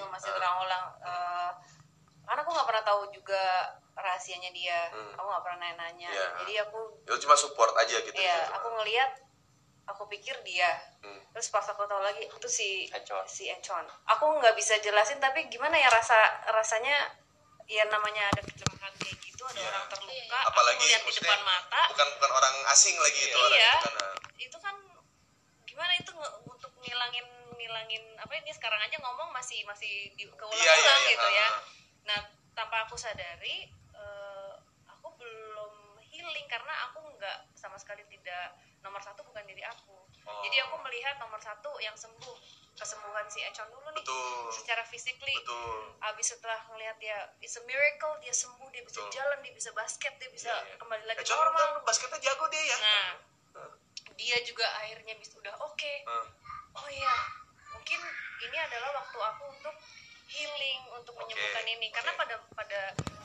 masih terulang-ulang. Karena aku nggak pernah tahu juga rahasianya dia, aku nggak pernah nanya. Jadi aku cuma support aja gitu. Iya, gitu. Aku ngelihat, aku pikir dia. Terus pas aku tahu lagi itu si Echon. Aku nggak bisa jelasin, tapi gimana ya rasanya ya, namanya ada kecelakaan kayak gitu, ada orang terluka, apalagi lihat di depan mata, bukan orang asing lagi itu orang itu kan gimana itu untuk ngilangin apa ini, sekarang aja ngomong masih keulang-ulang gitu ya. Nah, tanpa aku sadari aku belum healing karena aku nggak, sama sekali tidak, nomor satu bukan diri aku. Jadi aku melihat nomor satu yang sembuh, kesembuhan si Echon dulu nih. Secara physically. Abis setelah ngelihat dia, it's a miracle, dia sembuh, dia bisa jalan, dia bisa basket, dia bisa kembali lagi Echon normal. Kan basketnya jago dia ya. Nah, dia juga akhirnya udah oke. Oh iya, mungkin ini adalah waktu aku untuk healing, untuk menyembuhkan ini. Karena pada